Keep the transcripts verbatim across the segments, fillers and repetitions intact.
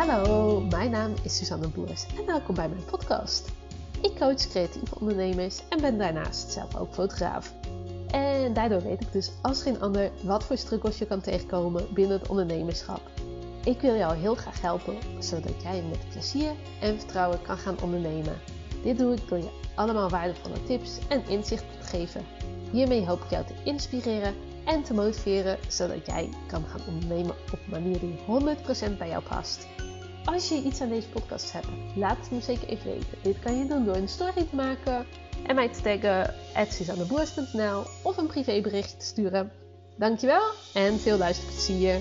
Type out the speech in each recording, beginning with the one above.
Hallo, mijn naam is Suzanne Boers en welkom bij mijn podcast. Ik coach creatieve ondernemers en ben daarnaast zelf ook fotograaf. En daardoor weet ik dus als geen ander wat voor struggles je kan tegenkomen binnen het ondernemerschap. Ik wil jou heel graag helpen, zodat jij met plezier en vertrouwen kan gaan ondernemen. Dit doe ik door je allemaal waardevolle tips en inzichten te geven. Hiermee hoop ik jou te inspireren en te motiveren, zodat jij kan gaan ondernemen op een manier die honderd procent bij jou past. Als je iets aan deze podcast hebt, laat het me zeker even weten. Dit kan je doen door een story te maken en mij te taggen at suzanneboers punt n l of een privébericht te sturen. Dankjewel en veel luisterplezier.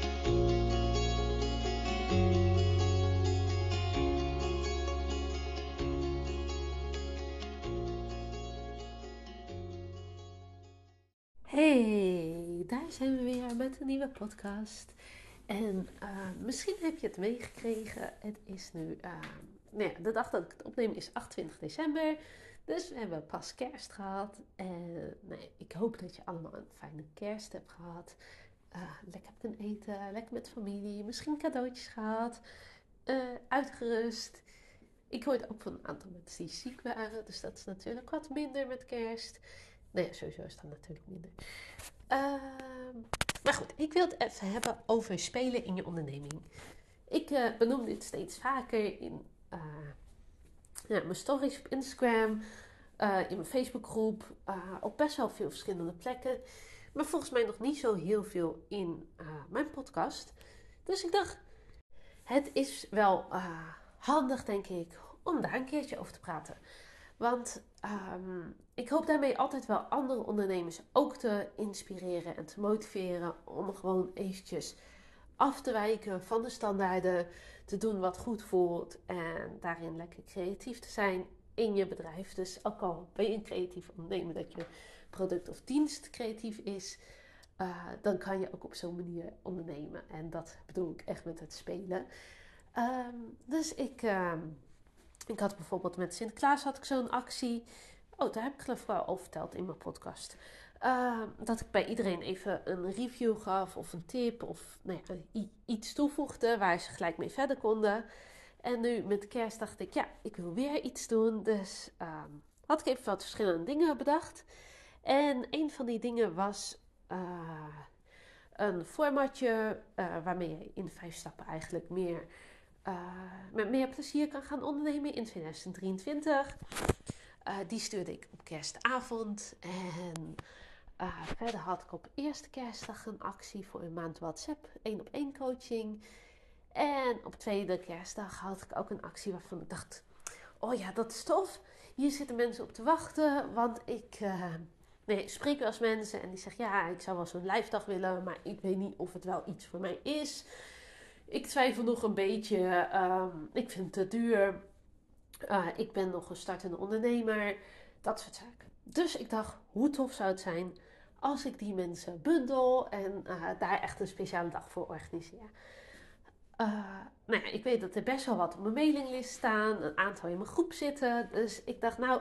Hey, daar zijn we weer met een nieuwe podcast. En uh, misschien heb je het meegekregen. Het is nu, uh, nou ja, de dag dat ik het opneem is achtentwintig december. Dus we hebben pas kerst gehad. En nou ja, ik hoop dat je allemaal een fijne kerst hebt gehad. Uh, lekker hebt kunnen eten, lekker met familie. Misschien cadeautjes gehad. Uh, uitgerust. Ik hoorde ook van een aantal mensen die ziek waren. Dus dat is natuurlijk wat minder met kerst. Nou ja, sowieso is dat natuurlijk minder. Uh, maar goed, ik wil het even hebben over spelen in je onderneming. Ik uh, benoem dit steeds vaker in uh, ja, mijn stories op Instagram, uh, in mijn Facebookgroep, uh, op best wel veel verschillende plekken. Maar volgens mij nog niet zo heel veel in uh, mijn podcast. Dus ik dacht, het is wel uh, handig denk ik om daar een keertje over te praten. Want um, ik hoop daarmee altijd wel andere ondernemers ook te inspireren en te motiveren om gewoon eventjes af te wijken van de standaarden, te doen wat goed voelt en daarin lekker creatief te zijn in je bedrijf. Dus ook al ben je een creatief ondernemer dat je product of dienst creatief is, uh, dan kan je ook op zo'n manier ondernemen. En dat bedoel ik echt met het spelen. Um, dus ik... Um, Ik had bijvoorbeeld met Sinterklaas had ik zo'n actie. Oh, daar heb ik geloof ik wel over verteld in mijn podcast. Uh, dat ik bij iedereen even een review gaf of een tip of nou ja, iets toevoegde waar ze gelijk mee verder konden. En nu met kerst dacht ik, ja, ik wil weer iets doen. Dus uh, had ik even wat verschillende dingen bedacht. En een van die dingen was uh, een formatje uh, waarmee je in vijf stappen eigenlijk meer... Uh, met meer plezier kan gaan ondernemen in tweeduizend drieëntwintig. Uh, die stuurde ik op kerstavond. En uh, verder had ik op eerste kerstdag een actie voor een maand WhatsApp. één op één coaching. En op tweede kerstdag had ik ook een actie waarvan ik dacht... Oh ja, dat is tof. Hier zitten mensen op te wachten. Want ik uh, nee, spreek wel eens mensen en die zeggen... Ja, ik zou wel zo'n live dag willen. Maar ik weet niet of het wel iets voor mij is... Ik twijfel nog een beetje. Um, ik vind het te duur. Uh, ik ben nog een startende ondernemer. Dat soort zaken. Dus ik dacht, hoe tof zou het zijn als ik die mensen bundel en uh, daar echt een speciale dag voor organiseer. Uh, nou ja, ik weet dat er best wel wat op mijn mailinglist staan. Een aantal in mijn groep zitten. Dus ik dacht, nou,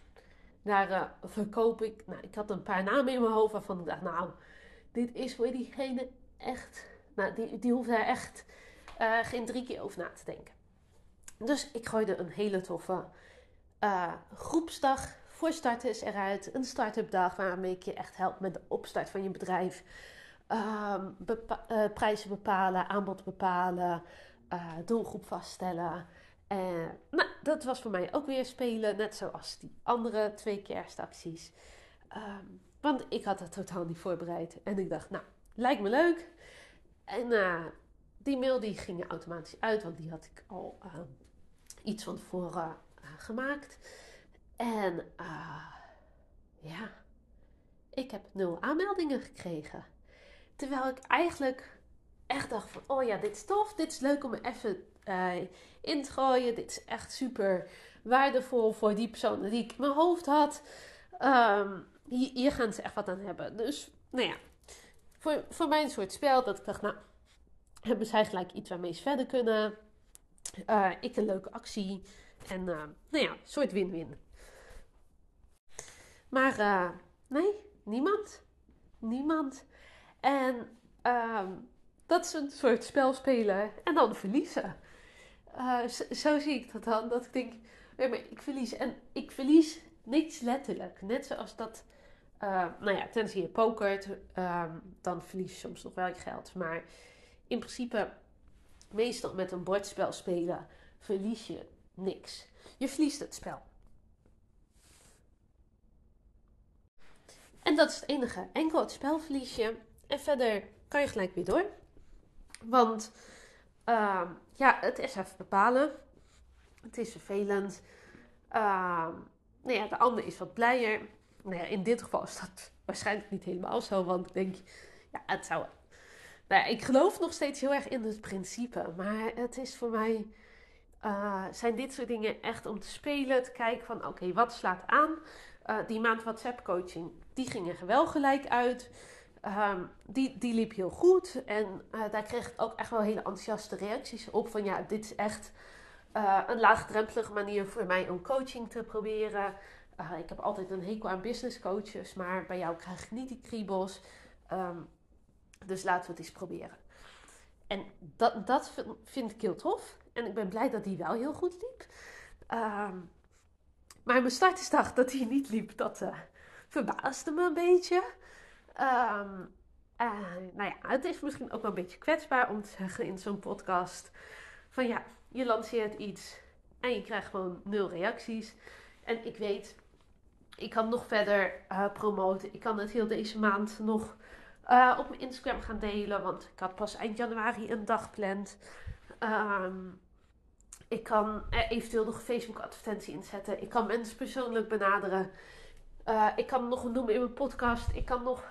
daar uh, verkoop ik... Nou, ik had een paar namen in mijn hoofd waarvan ik dacht, nou, dit is voor diegene echt... Nou, die, die hoeft daar echt uh, geen drie keer over na te denken. Dus ik gooide een hele toffe uh, groepsdag voor starters eruit. Een start-up dag waarmee ik je echt help met de opstart van je bedrijf. Uh, bepa- uh, prijzen bepalen, aanbod bepalen, uh, doelgroep vaststellen. Uh, nou, dat was voor mij ook weer spelen, net zoals die andere twee kerstacties. Uh, want ik had het totaal niet voorbereid. En ik dacht, nou, lijkt me leuk. En uh, die mail die ging automatisch uit, want die had ik al uh, iets van tevoren uh, gemaakt. En uh, ja, ik heb nul aanmeldingen gekregen. Terwijl ik eigenlijk echt dacht van, oh ja, dit is tof, dit is leuk om er even uh, in te gooien. Dit is echt super waardevol voor die personen die ik in mijn hoofd had. Um, hier, hier gaan ze echt wat aan hebben. Dus, nou ja, voor, voor mij een soort spel dat ik dacht, nou... Hebben zij gelijk iets waarmee ze verder kunnen. Uh, ik een leuke actie. En uh, nou ja, een soort win-win. Maar uh, nee, niemand. Niemand. En uh, dat is een soort spel spelen en dan verliezen. Uh, zo, zo zie ik dat dan. Dat ik denk, nee, maar ik verlies. En ik verlies niets letterlijk. Net zoals dat, uh, nou ja, tenzij je pokert, uh, dan verlies je soms nog wel je geld. Maar in principe, meestal met een bordspel spelen, verlies je niks. Je verliest het spel. En dat is het enige. Enkel het spel verlies je. En verder kan je gelijk weer door. Want uh, ja, het is even bepalen. Het is vervelend. Uh, nou ja, de ander is wat blijer. Nou ja, in dit geval is dat waarschijnlijk niet helemaal zo. Want ik denk, ja, het zou... Nou ja, ik geloof nog steeds heel erg in het principe. Maar het is voor mij... Uh, zijn dit soort dingen echt om te spelen. Te kijken van, oké, okay, wat slaat aan? Uh, die maand WhatsApp coaching, die ging er wel gelijk uit. Um, die, die liep heel goed. En uh, daar kreeg ik ook echt wel hele enthousiaste reacties op. Van ja, dit is echt uh, een laagdrempelige manier voor mij om coaching te proberen. Uh, ik heb altijd een hekel aan business coaches. Maar bij jou krijg ik niet die kriebels. Um, dus laten we het eens proberen. En dat, dat vind ik heel tof. En ik ben blij dat die wel heel goed liep. Um, maar mijn startersdag dat die niet liep, dat uh, verbaasde me een beetje. Um, uh, nou ja, het is misschien ook wel een beetje kwetsbaar om te zeggen in zo'n podcast. Van ja, je lanceert iets en je krijgt gewoon nul reacties. En ik weet, ik kan nog verder uh, promoten. Ik kan het heel deze maand nog uh, op mijn Instagram gaan delen. Want ik had pas eind januari een dag gepland. Um, ik kan eventueel nog een Facebook advertentie inzetten. Ik kan mensen persoonlijk benaderen. Uh, ik kan nog noemen in mijn podcast. Ik kan nog,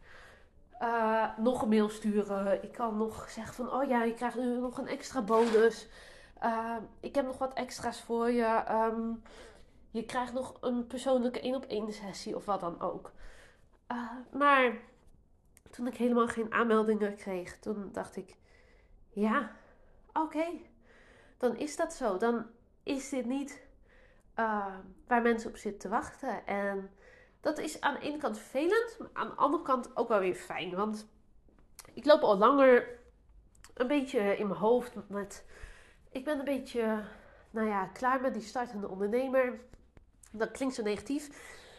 uh, nog een mail sturen. Ik kan nog zeggen van, oh ja, je krijgt nu nog een extra bonus. Uh, ik heb nog wat extra's voor je. Um, je krijgt nog een persoonlijke één op één sessie of wat dan ook. Uh, maar toen ik helemaal geen aanmeldingen kreeg, toen dacht ik, ja, oké. Okay. Dan is dat zo. Dan is dit niet uh, waar mensen op zitten te wachten. En dat is aan de ene kant vervelend, maar aan de andere kant ook wel weer fijn. Want ik loop al langer een beetje in mijn hoofd met... Ik ben een beetje, nou ja, klaar met die startende ondernemer. Dat klinkt zo negatief.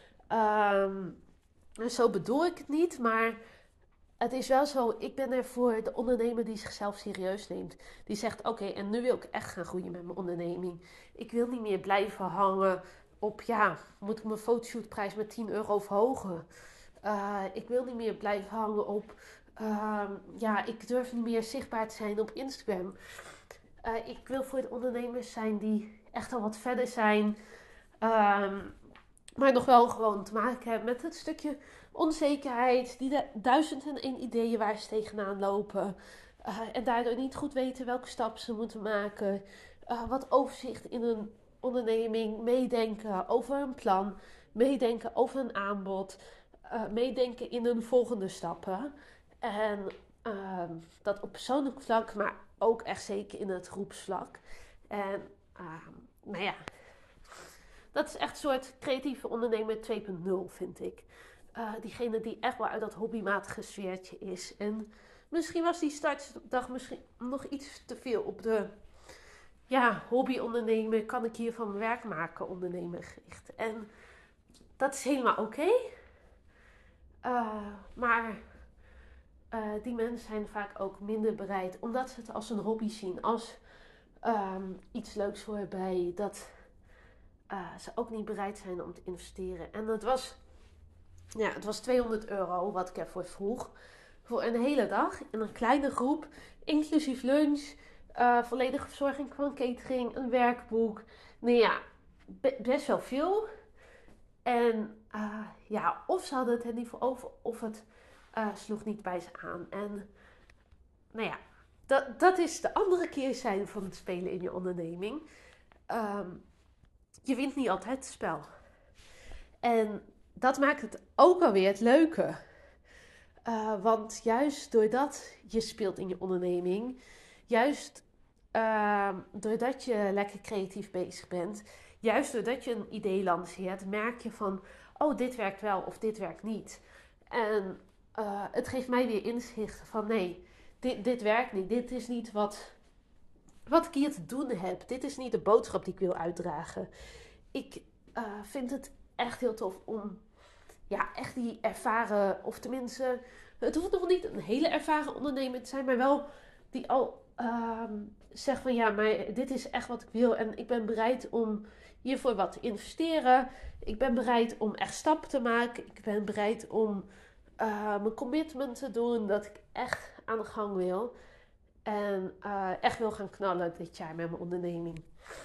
Um, zo bedoel ik het niet, maar... Het is wel zo, ik ben er voor de ondernemer die zichzelf serieus neemt. Die zegt, oké, okay, en nu wil ik echt gaan groeien met mijn onderneming. Ik wil niet meer blijven hangen op, ja, moet ik mijn fotoshootprijs met tien euro verhogen? Uh, ik wil niet meer blijven hangen op, uh, ja, ik durf niet meer zichtbaar te zijn op Instagram. Uh, ik wil voor de ondernemers zijn die echt al wat verder zijn. Uh, maar nog wel gewoon te maken hebben met het stukje... onzekerheid, die duizend en één ideeën waar ze tegenaan lopen. Uh, en daardoor niet goed weten welke stappen ze moeten maken. Uh, wat overzicht in een onderneming. Meedenken over een plan. Meedenken over een aanbod. Uh, meedenken in hun volgende stappen. En uh, dat op persoonlijk vlak, maar ook echt zeker in het groepsvlak. En uh, nou ja, dat is echt een soort creatieve ondernemer twee punt nul, vind ik. Uh, diegene die echt wel uit dat hobbymatige sfeertje is. En misschien was die startdag misschien nog iets te veel op de... Ja, hobby-ondernemer, kan ik hier van mijn werk maken, ondernemer gericht. En dat is helemaal oké. Okay. Uh, maar uh, die mensen zijn vaak ook minder bereid. Omdat ze het als een hobby zien. Als um, iets leuks voorbij. Dat uh, ze ook niet bereid zijn om te investeren. En dat was... Ja, het was tweehonderd euro wat ik ervoor vroeg. Voor een hele dag in een kleine groep. Inclusief lunch. Uh, volledige verzorging van catering. Een werkboek. Nou ja, be- best wel veel. En uh, ja, of ze hadden het er niet voor over. Of het uh, sloeg niet bij ze aan. En nou ja, dat, dat is de andere keerzijde van het spelen in je onderneming. Um, je wint niet altijd het spel. En... dat maakt het ook alweer het leuke. Uh, want juist doordat je speelt in je onderneming... juist uh, doordat je lekker creatief bezig bent... juist doordat je een idee lanceert... merk je van, oh, dit werkt wel of dit werkt niet. En uh, het geeft mij weer inzicht van, nee, dit, dit werkt niet. Dit is niet wat, wat ik hier te doen heb. Dit is niet de boodschap die ik wil uitdragen. Ik uh, vind het echt heel tof om ja, echt die ervaren, of tenminste, het hoeft nog niet een hele ervaren ondernemer te zijn, maar wel die al um, zegt van ja, maar dit is echt wat ik wil en ik ben bereid om hiervoor wat te investeren. Ik ben bereid om echt stappen te maken. Ik ben bereid om uh, mijn commitment te doen, dat ik echt aan de gang wil. En uh, echt wil gaan knallen dit jaar met mijn onderneming.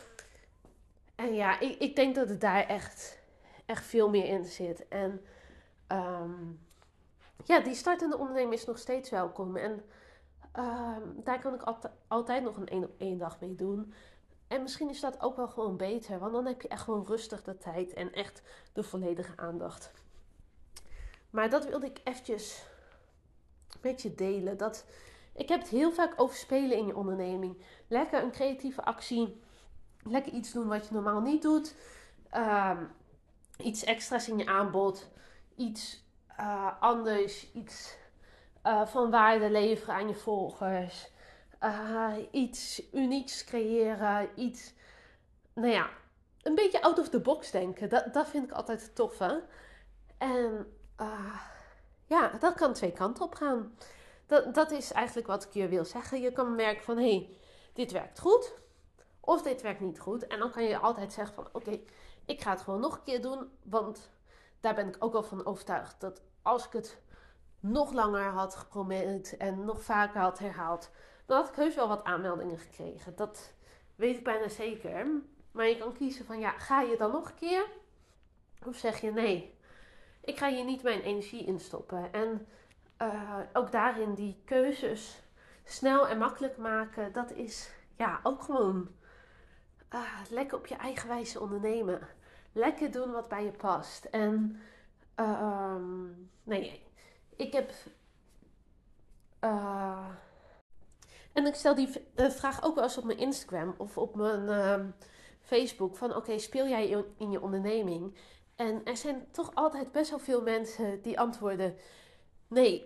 En ja, ik, ik denk dat het daar echt, echt veel meer in zit. En um, ja, die startende ondernemer is nog steeds welkom. En um, daar kan ik altijd, altijd nog een één op één dag mee doen. En misschien is dat ook wel gewoon beter. Want dan heb je echt gewoon rustig de tijd en echt de volledige aandacht. Maar dat wilde ik eventjes met je delen. Dat, ik heb het heel vaak over spelen in je onderneming. Lekker een creatieve actie. Lekker iets doen wat je normaal niet doet. Um, iets extra's in je aanbod. Iets uh, anders. Iets uh, van waarde leveren aan je volgers. Uh, iets unieks creëren. Iets, nou ja, een beetje out of the box denken. Dat, dat vind ik altijd tof, hè. En uh, ja, dat kan twee kanten op gaan. Dat, dat is eigenlijk wat ik je wil zeggen. Je kan merken van, hé, hey, dit werkt goed. Of dit werkt niet goed. En dan kan je altijd zeggen van, oké, okay, ik ga het gewoon nog een keer doen. Want daar ben ik ook wel van overtuigd dat als ik het nog langer had geprobeerd en nog vaker had herhaald, dan had ik heus wel wat aanmeldingen gekregen. Dat weet ik bijna zeker. Maar je kan kiezen van, ja, ga je dan nog een keer? Of zeg je, nee, ik ga hier niet mijn energie in stoppen. En uh, ook daarin die keuzes snel en makkelijk maken, dat is ja ook gewoon uh, lekker op je eigen wijze ondernemen. Lekker doen wat bij je past. En uh, um, nee, ik heb uh, en ik stel die uh, vraag ook wel eens op mijn Instagram of op mijn uh, Facebook van oké, okay, speel jij in, in je onderneming? En er zijn toch altijd best wel veel mensen die antwoorden nee.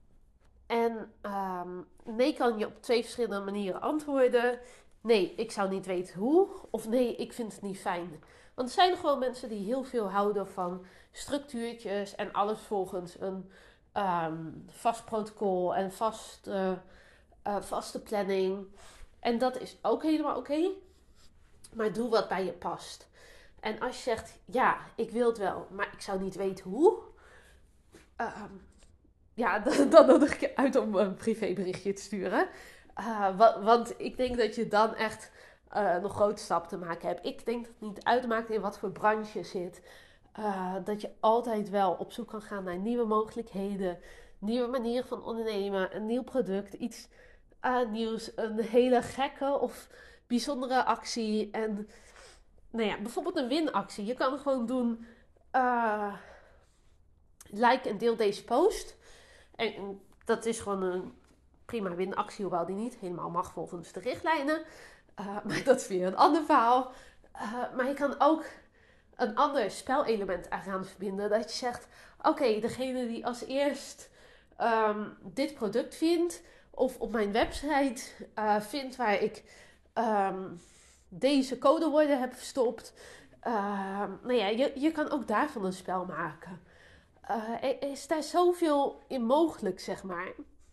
En um, nee kan je op twee verschillende manieren antwoorden. Nee, ik zou niet weten hoe. Of nee, ik vind het niet fijn. Want er zijn gewoon mensen die heel veel houden van structuurtjes en alles volgens een um, vast protocol en vast, uh, uh, vaste planning. En dat is ook helemaal oké. Okay. Maar doe wat bij je past. En als je zegt, ja, ik wil het wel, maar ik zou niet weten hoe. Um, ja, dan nodig ik je uit om een privéberichtje te sturen. Uh, wa- want ik denk dat je dan echt uh, nog grote stappen te maken hebt. Ik denk dat het niet uitmaakt in wat voor branche je zit. Uh, dat je altijd wel op zoek kan gaan naar nieuwe mogelijkheden. Nieuwe manieren van ondernemen. Een nieuw product. Iets uh, nieuws. Een hele gekke of bijzondere actie. En nou ja, bijvoorbeeld een winactie. Je kan gewoon doen... Uh, like en deel deze post. En dat is gewoon een prima winactie, hoewel die niet helemaal mag volgens de richtlijnen. Uh, maar dat is weer een ander verhaal. Uh, maar je kan ook een ander spelelement eraan verbinden. Dat je zegt, oké, okay, degene die als eerst um, dit product vindt, of op mijn website uh, vindt waar ik um, deze codewoorden heb verstopt. Uh, nou ja, je, je kan ook daarvan een spel maken. Uh, er is daar zoveel in mogelijk, zeg maar.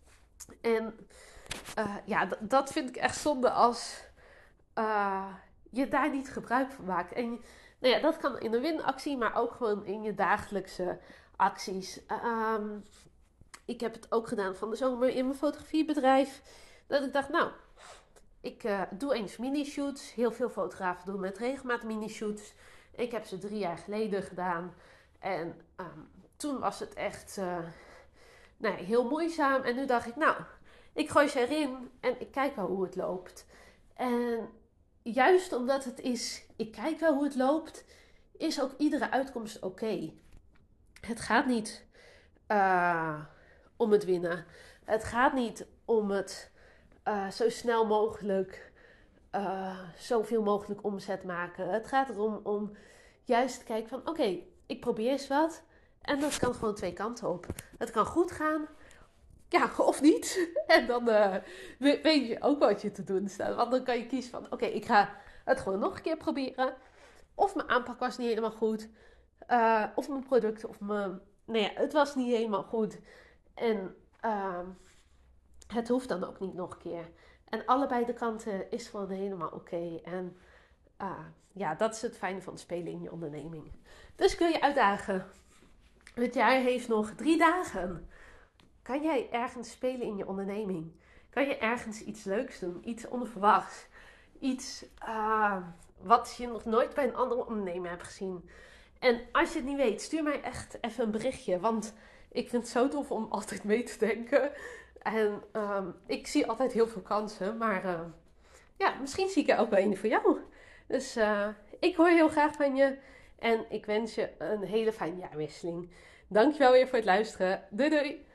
En uh, ja, d- dat vind ik echt zonde als uh, je daar niet gebruik van maakt. En nou ja, dat kan in een winactie, maar ook gewoon in je dagelijkse acties. Uh, um, ik heb het ook gedaan van de zomer in mijn fotografiebedrijf. Dat ik dacht, nou, ik uh, doe eens mini-shoots. Heel veel fotografen doen met regelmaat mini-shoots. Ik heb ze drie jaar geleden gedaan. En um, toen was het echt uh, nou ja, heel moeizaam. En nu dacht ik, nou, ik gooi ze erin en ik kijk wel hoe het loopt. En juist omdat het is, ik kijk wel hoe het loopt, is ook iedere uitkomst oké. Okay. Het gaat niet uh, om het winnen. Het gaat niet om het uh, zo snel mogelijk, uh, zoveel mogelijk omzet maken. Het gaat erom om juist te kijken van, oké, okay, ik probeer eens wat. En dat kan gewoon twee kanten op. Het kan goed gaan. ja, of niet. En dan uh, weet je ook wat je te doen staat. Want dan kan je kiezen van, oké, okay, ik ga het gewoon nog een keer proberen. Of mijn aanpak was niet helemaal goed. Uh, of mijn product, of mijn... Nee, ja, het was niet helemaal goed. En uh, het hoeft dan ook niet nog een keer. En allebei de kanten is gewoon helemaal oké. Okay. En uh, ja, dat is het fijne van spelen in je onderneming. Dus ik wil je uitdagen. Het jaar heeft nog drie dagen. Kan jij ergens spelen in je onderneming? Kan je ergens iets leuks doen? Iets onverwachts? Iets uh, wat je nog nooit bij een andere ondernemer hebt gezien? En als je het niet weet, stuur mij echt even een berichtje. Want ik vind het zo tof om altijd mee te denken. En um, ik zie altijd heel veel kansen. Maar uh, ja, misschien zie ik er ook wel een voor jou. Dus uh, ik hoor heel graag van je. En ik wens je een hele fijne jaarwisseling. Dankjewel weer voor het luisteren. Doei doei!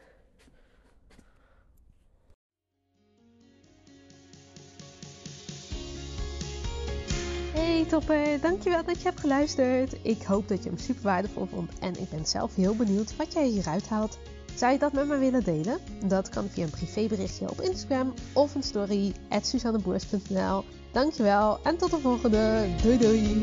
Hey topper, dankjewel dat je hebt geluisterd. Ik hoop dat je hem super waardevol vond en ik ben zelf heel benieuwd wat jij hieruit haalt. Zou je dat met me willen delen? Dat kan via een privéberichtje op Instagram of een story at suzanneboers punt n l. Dankjewel en tot de volgende. Doei doei!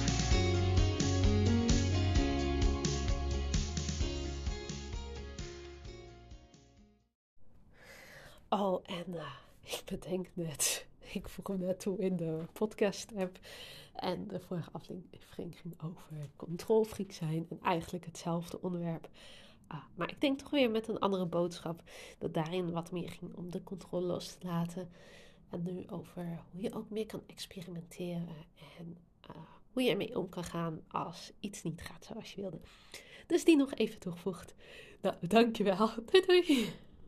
Oh, en uh, ik bedenk net, ik voeg hem net toe in de podcast app. En de vorige aflevering ging over controlfreak zijn en eigenlijk hetzelfde onderwerp. Ah, maar ik denk toch weer met een andere boodschap, dat daarin wat meer ging om de controle los te laten. En nu over hoe je ook meer kan experimenteren en uh, hoe je ermee om kan gaan als iets niet gaat zoals je wilde. Dus die nog even toegevoegd. Nou, dankjewel. Doei doei.